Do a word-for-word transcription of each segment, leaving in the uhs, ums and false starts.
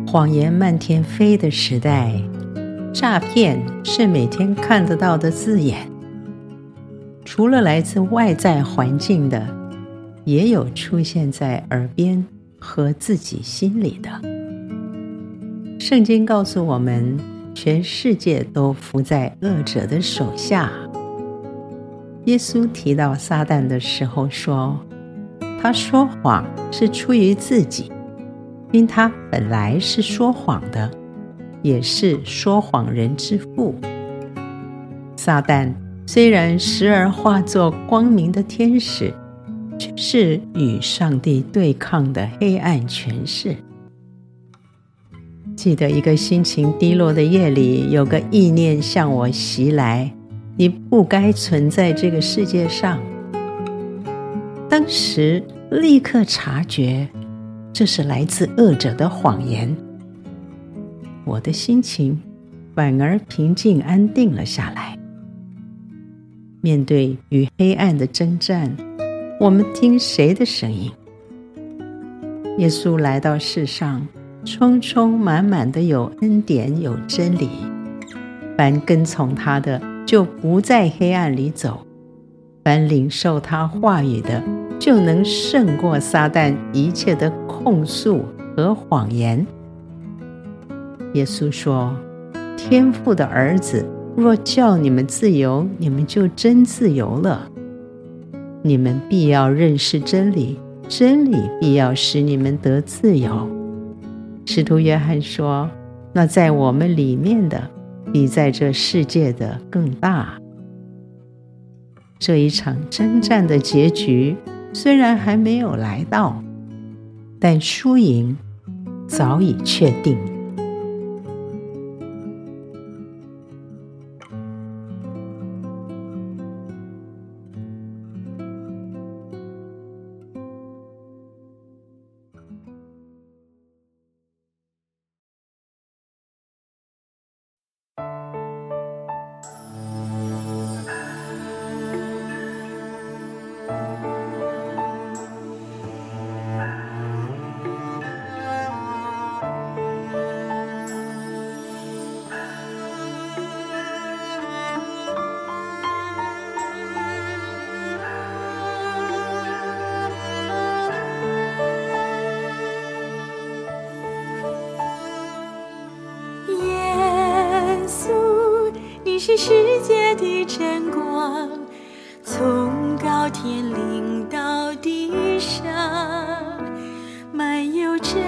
谎言漫天飞的时代，诈骗是每天看得到的字眼。除了来自外在环境的，也有出现在耳边和自己心里的。圣经告诉我们，全世界都伏在恶者的手下。耶稣提到撒旦的时候说，他说谎是出于自己，因他本来是说谎的，也是说谎人之父。撒旦虽然时而化作光明的天使，却是与上帝对抗的黑暗权势。记得一个心情低落的夜里，有个意念向我袭来，你不该存在这个世界上。当时立刻察觉，这是来自恶者的谎言。我的心情反而平静安定了下来。面对与黑暗的征战，我们听谁的声音？耶稣来到世上，充充满满的有恩典有真理，凡跟从他的就不在黑暗里走，凡领受他话语的就能胜过撒旦一切的控诉和谎言。耶稣说，天父的儿子若叫你们自由，你们就真自由了。你们必要认识真理，真理必要使你们得自由。使徒约翰说，那在我们里面的比在这世界的更大。这一场征战的结局虽然还没有来到，但输赢早已确定。 是世界的真光，从高天临到地上，满有真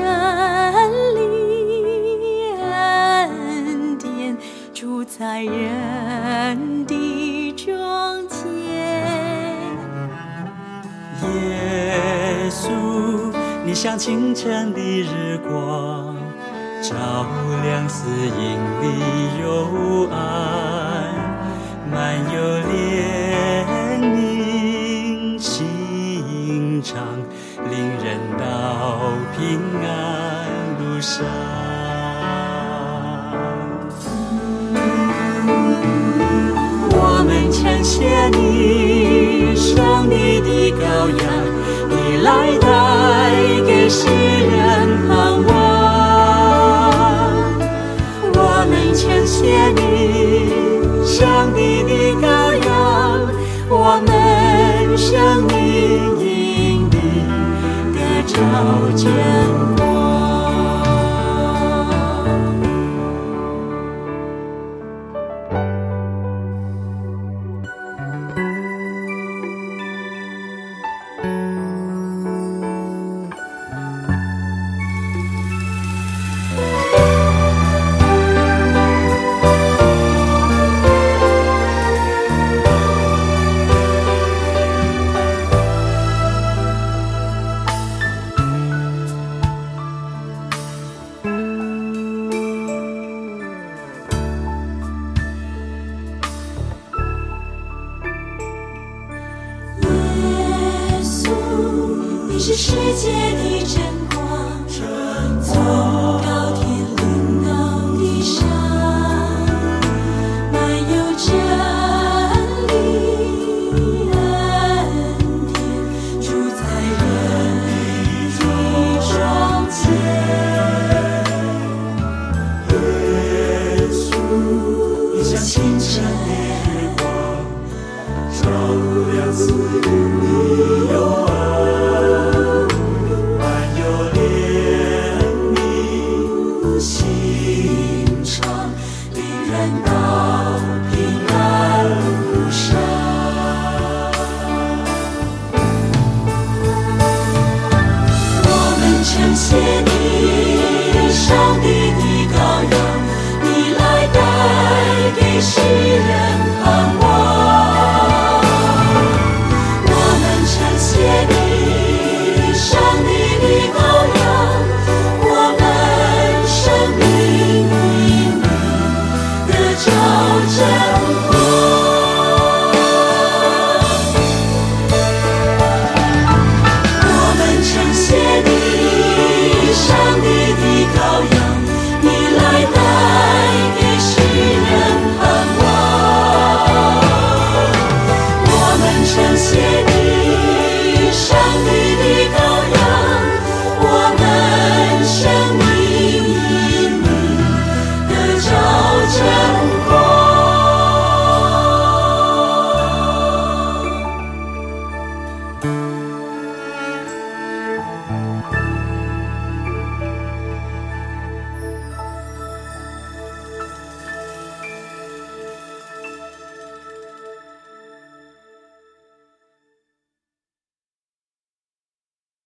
理恩典，住在人的中间。 耶稣，你像清晨的日光，照亮死荫里幽暗，满有怜悯心肠，领人到平安路上。我们称谢你，上帝的羔羊，你来带给世人盼望。我们称谢你，上帝的羔羊，我们生命因你得着真光。 你是世界的真光，从高天临到地上，满有真理恩典，住在人的中间。 称谢你，上帝的羔羊，你来带给世